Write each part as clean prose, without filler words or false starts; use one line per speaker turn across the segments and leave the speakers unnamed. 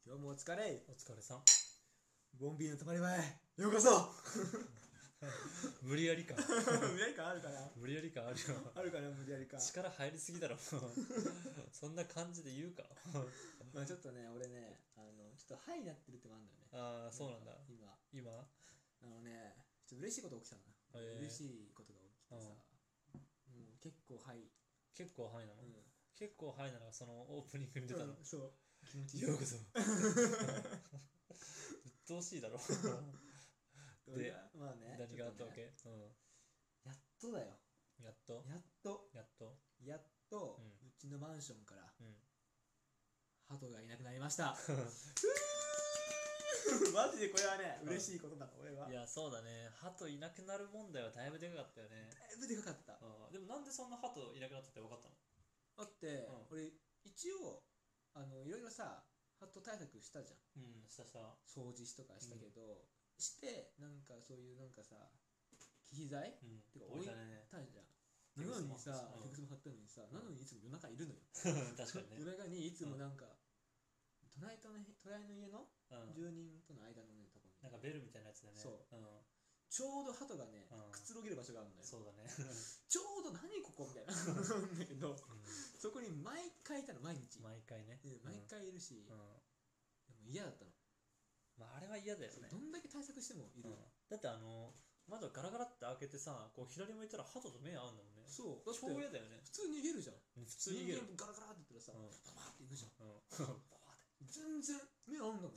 どうもお疲れ。
お疲れさん。
ボンビーの泊まり場へようこそ。
無理やりか。
無理やり感あるかな。
無理やりかあるよ。
あるかな、無理やりか。
力入りすぎだろ。そんな感じで言うか。
まあちょっとね、俺ね、ちょっとハイになってるってのもあるんだよね。
ああ、そうなんだ。
今、
今
ちょっと嬉しいこと起きたな。嬉しいことが起きてさ、もう結構ハイ。
結構ハイなの、
うん、
結構ハイなのがそのオープニングに出たの。
そう。気持ちいい。
ようこそ。鬱陶しいだろ。で、
まあね、
何があったわけ、
やっとだよ。
やっと
やっと、
やっと
うちのマンションから
うん。
鳩がいなくなりました。マジでこれはね、嬉しいことなの、俺は。
いや、そうだね。鳩いなくなる問題はだいぶでかかったよね。
だいぶでかかった。
でもなんでそんな鳩いなくなったって分かったの？
だって、俺、一応、いろいろさ、鳩対策したじゃん。
した。
掃除しとかしたけど、して、なんかそういうなんかさ、気材てか置いたじゃん。なのにさ、テクスも貼ったのにさ、なのにいつも夜中いるのよ。
確かにね。
夜中にいつもなんか、隣の家の住人との間のね、とこに。
なんかベルみたいなやつでね。
そう。ちょうど鳩がね、くつろげる場所があるんだよ。
そうだね。
ちょうど何ここみたいな。なんだけど、そこに毎回いたの、毎日。
毎回ね。
毎回いるし、でも嫌だったの。
まああれは嫌だよね。
どんだけ対策してもいる。
だって窓ガラガラって開けてさ、こう左向いたら鳩と目合うんだもんね。
そう。
超嫌だよね。
普通逃げるじゃん。
普通に逃げる。
ガラガラって言ったらさ、パパって行くじゃん。全然目合うんだもん。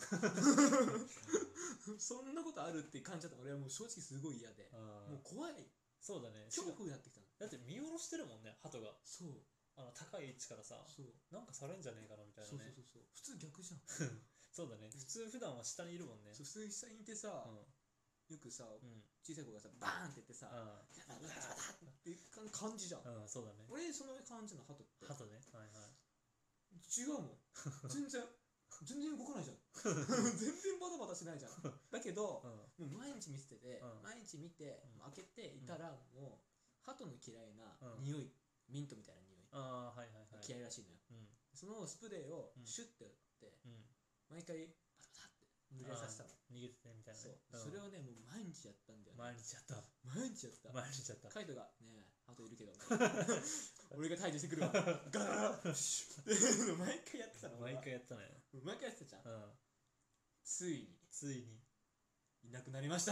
そんなことあるって感じだった。俺はもう正直すごい嫌で、もう怖い。
そうだね。
恐怖になってきたの。
だって見下ろしてるもんね、鳩が。
そう。
高い位置からさ、なんかされんじゃねえかなみたいなね。
そう普通逆じゃん。
そうだね。普段は下にいるもんね。
普通に下にいてさ、よくさ、小さい子がさ、バーンって言ってさ、バタバタバタって感じじゃん。
そうだね。
俺その感じの鳩って。
鳩ね。
違うもん。全然動かないじゃん。全然バタバタしないじゃん。だけど、もう毎日見てて、毎日見て、開けていたら、もう、鳩の嫌いな匂い、ミントみたいな匂い。嫌いらしいのよ。そのスプレーをシュッてやって、毎回、バタバタって濡れさせたの。
逃げててみたいなね。
それをね、もう毎日やったんだよね。
毎日やった。
カイトが、ねえ、鳩いるけど、俺が退治してくるわ。ガラガラ毎回やってたの。
毎回やったね。
毎回やってたじゃん。ついにいなくなりました。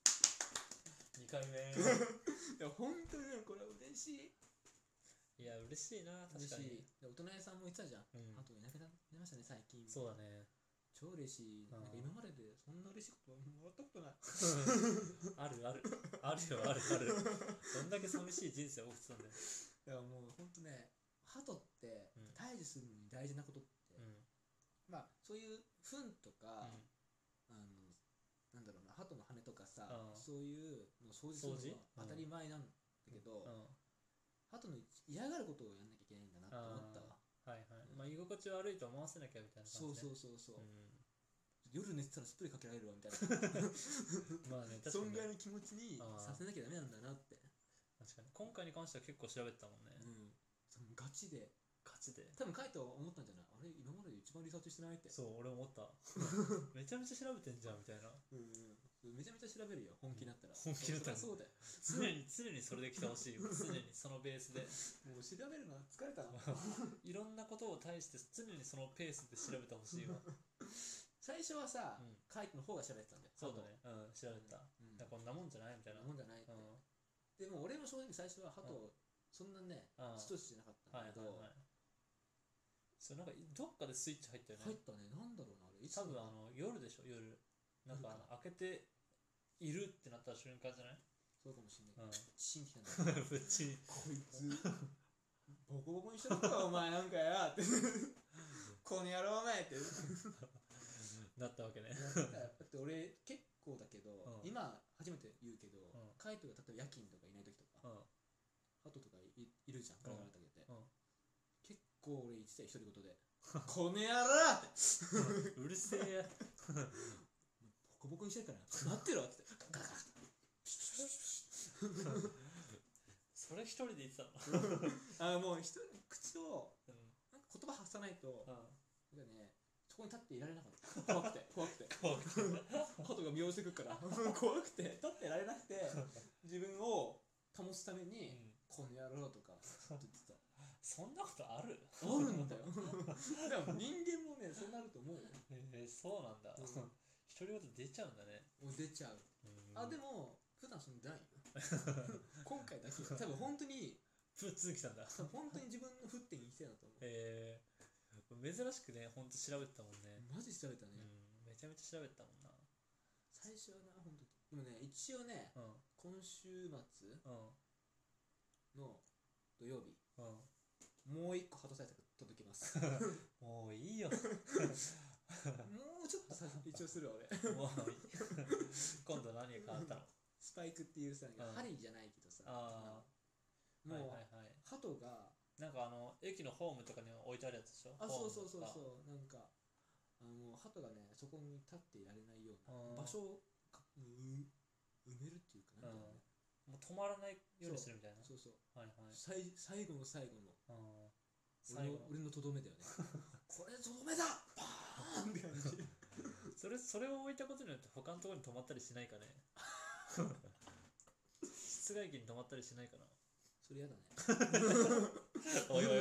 2回目。
いや本当にね、これは嬉しい。
いや嬉しいな、確かに。
お隣さんも言ってたじゃん。あといなくなりましたね、最近。
そうだね。
超嬉しい。なんか今まででそんな嬉しいこともらったことない。
あるよ。どんだけ寂しい人生を送ってたんだよ。
いやもうほんとね、鳩って退治するのに大事なことって、まあそういう糞とか、なんだろうな、鳩の羽とかさ、そういうのを掃除するのは当たり前なんだけど、鳩の嫌がることをやんなきゃいけないんだなって思ったわ。
まあ居心地悪いと思わせなきゃみたいな感じで。
そう。夜寝てたらスプレーかけられるわみたいな。まあね、そんぐらいの気持ちにさせなきゃダメなんだなって。
確かに今回に関しては結構調べてたもんね。
ガチで多分カイト思ったんじゃない？あれ今までで一番リサーチしてないって。
そう、俺思った。めちゃめちゃ調べてんじゃんみたいな。
めちゃめちゃ調べるよ、本気になったら。
そうだよ。常にそれで来てほしい。常にそのベースで。
もう調べるの疲れたな。
いろんなことを対して常にそのペースで調べてほしいわ。
最初はさ、カイトの方が調べてたんだよ。
そうだね。調べてた。こんなもんじゃないみたいな。
でも俺も正直最初は鳩そんなね、ストレスじゃなかったんだけど、
そう、なんかどっかでスイッチ入ったよね。
入ったね。なんだろうな、あれ。
多分夜でしょ、夜。なんか開けているってなった瞬間じゃない？
そうかもしんない。チンってきたんだよ。
ぶっちに。
こいつボコボコにしとるかお前なんかやって。この野郎お前って
なったわけね。
だって俺結構だけど、今初めて言うけど、カイトが例えば夜勤とかいない時とか、鳩とかいるじゃん、ガラガラって開けて。結構俺言ってたよ、独り言で。この野郎って。
うるせえや。
ボコボコにしてるから待ってろってガラガラ。
それ一人で言ってたの？
もう口をなんか言葉発さないと、なんかね、 そこに立っていられなかった。怖くて鳩が身を寄せてくから怖くて立っていられなくて、自分を保つために、この野郎とか言ってた。
そんなことある？
あるんだよ。でも人間もね、そうなると思うよ。
そうなんだ。独り言出ちゃうんだね。
出ちゃう。あ、でも普段そんなないよ。今回だけ。多分本当に
普通来たんだ。
本当に自分の沸点に来てたと思う。
珍しくね、本当調べてたもんね。
マジ調べたね。
めちゃめちゃ調べてたもんな。
最初はな、本当に。でもね、一応ね、今週末の土曜日、もう一個鳩対策届きます。
もういいよ。
もうちょっと一応するわ俺。
もう今度何が変わったの？
スパイクっていうさ、針じゃないけどさ、もう鳩が
なんか駅のホームとかに置いてあるやつでしょ？
あ、そうなんかもう鳩がね、そこに立っていられないような場所を埋めるっていうか、なんかね、
もう止まらないようにするみたいな。
そう。
はいはい。
最後の俺のとどめだよね。これとどめだ。パーンって感じ。
それを置いたことによって他のところに止まったりしないかね。室外機に止まったりしないかな。
それやだね。
おい。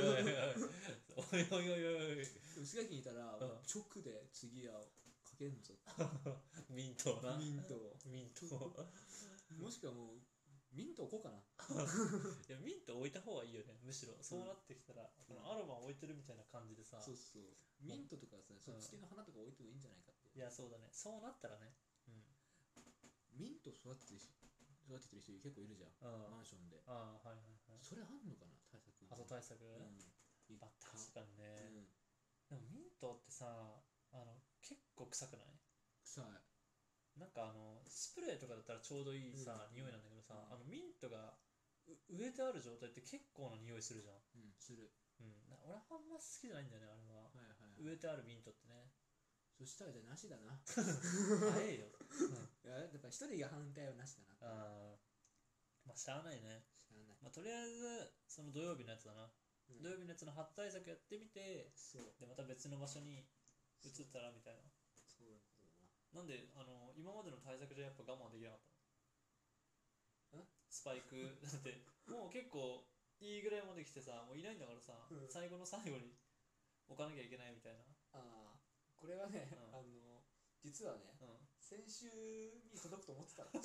室外機にいたら直で次はかけんぞ。
ミントな。
ミント。もしくはもうミント置こうかな。
いや、ミント置いた方がいいよね。むしろそうなってきたら、このアロマ置いてるみたいな感じでさ。
そう。ミントとかさ、月の花とか置いてもいいんじゃないかって。
いや、そうだね。そうなったらね。
ミント育ててる人結構いるじゃん。マンションで。それあんのかな、対策。
鳩対策。まあ確かにね。でもミントってさ、結構臭くない？
臭い。
なんかスプレーとかだったらちょうどいいさ、匂いなんだけどさ、ミントが植えてある状態って結構な匂いするじゃん。
する。
俺あんま好きじゃないんだよね、あれは。植えてあるミントってね。
そしたらじゃあなしだな。
早いよ。
やっぱ一人が反対はなしだな。
まあしゃあないね。まあとりあえずその土曜日のやつだな。土曜日のやつの鳩対策やってみて、でまた別の場所に移ったらみたいな。
そういうことだ
な。なんで今までの対策じゃやっぱ我慢できなかったの？スパイクだってもう結構いいぐらいまで来てさ、もういないんだからさ、最後の最後に置かなきゃいけないみたいな。
これはね、実はね、先週に届くと思ってたの。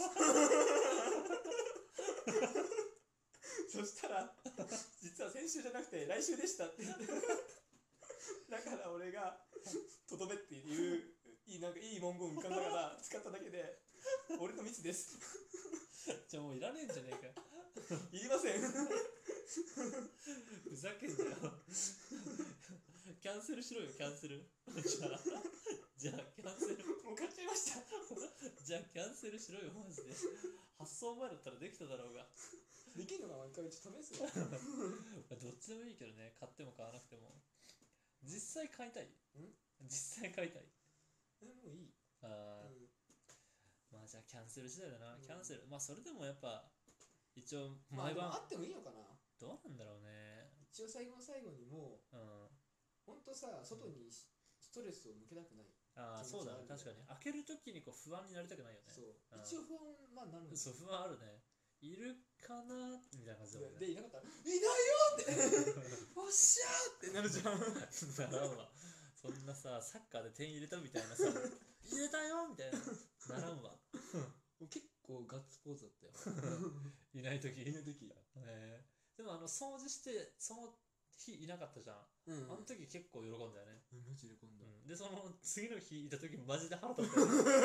そしたら実は先週じゃなくて来週でしたって言って。だから俺がとどめっていうなんかいい文言浮かんだから使っただけで、俺のミスです。
じゃあもういらねえんじゃねえか。
いりません。
ふざけんなよ。キャンセルしろよ、キャンセル。じゃあキャンセル。
もう買っちゃいました。
じゃあキャンセルしろよ、マジで。発送前だったらできただろうが。
できんのかな、一回試すよ。
どっちでもいいけどね、買っても買わなくても。実際買いたい？実際買いたい？
もういい。
まあじゃあキャンセル次第だな。キャンセル。まあそれでもやっぱ一応
毎晩あってもいいのかな。
どうなんだろうね。
一応最後の最後にもうほんとさ、外にストレスを向けたくない。
そうだね、確かに開けるときにこう不安になりたくないよね。
そう、一応不安なるんだよ。
そう、不安あるね。いるかなみたいな感じだもんね。
で、いなかったらいないよっておっしゃーってなるじゃん。
ならんわ。そんなさ、サッカーで点入れたみたいなさ、入れたよみたいなならんわ。
結構ガッツポーズだったよ。
いないとき。
いないとき。
でも掃除してその日いなかったじゃん。あの時結構喜んだよね。
マジで喜んだ。
でその次の日いた時マジで腹立ったよ。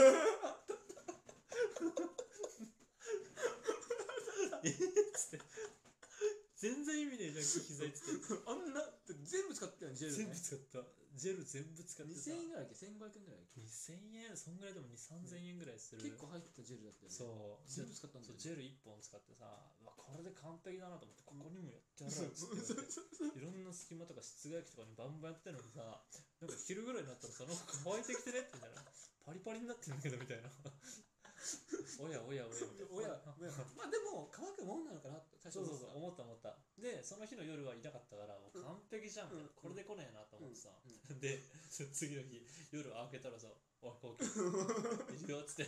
つって全然意味ねえじゃん、機材つって。
あんな全部使ってたよね、ジェル。
全部使った。ジェル全部使ってさ。
2000円ぐらいだっけ、1500円ぐらいだっけ。
2000円、そんぐらいでも2、3000円ぐらいする。
結構入ったジェルだったよね。
そう。
全部使ったんだよ。
ジェル1本使ってさ、これで完璧だなと思って、ここにもやってやろうっつっていろんな隙間とか室外機とかにバンバンやってるのにさ、なんか昼ぐらいになったらさ、なんか乾いてきてねって言ったら、パリパリになってるんだけどみたいな。 おやおやおやみたいな。
まあでも乾くもんなのかなって最初
そう思ったでその日の夜はいなかったからもう完璧じゃんみたいな、これで来ねえなと思ってさ、で次の日夜開けたらさ「おいコウキいるよ」っつって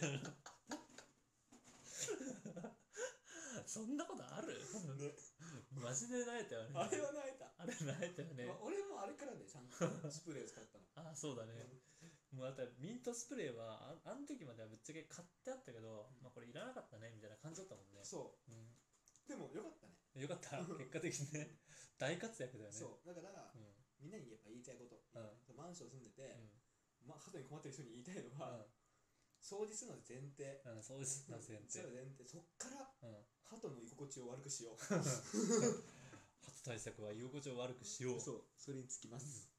そんなことある？マジで泣いたよね。
あれは泣いた。
あれ泣いたよね。
俺もあれからねちゃんとスプレー使ったの。
あ、そうだね。もうあとミントスプレーはあの時まではぶっちゃけ買ってあったけど、まあこれいらなかったねみたいな感じだったもんね。
そう。でもよかったね。
よかった。結果的にね大活躍だよね。
そうだから、みんなにやっぱ言いたいこと、マンション住んでて、鳩に困ってる人に言いたいのは、掃除するの前提。
掃除するの前提。
そっから鳩の居心地を悪くしよう。
鳩対策は居心地を悪くしよう。
そう、それにつきます。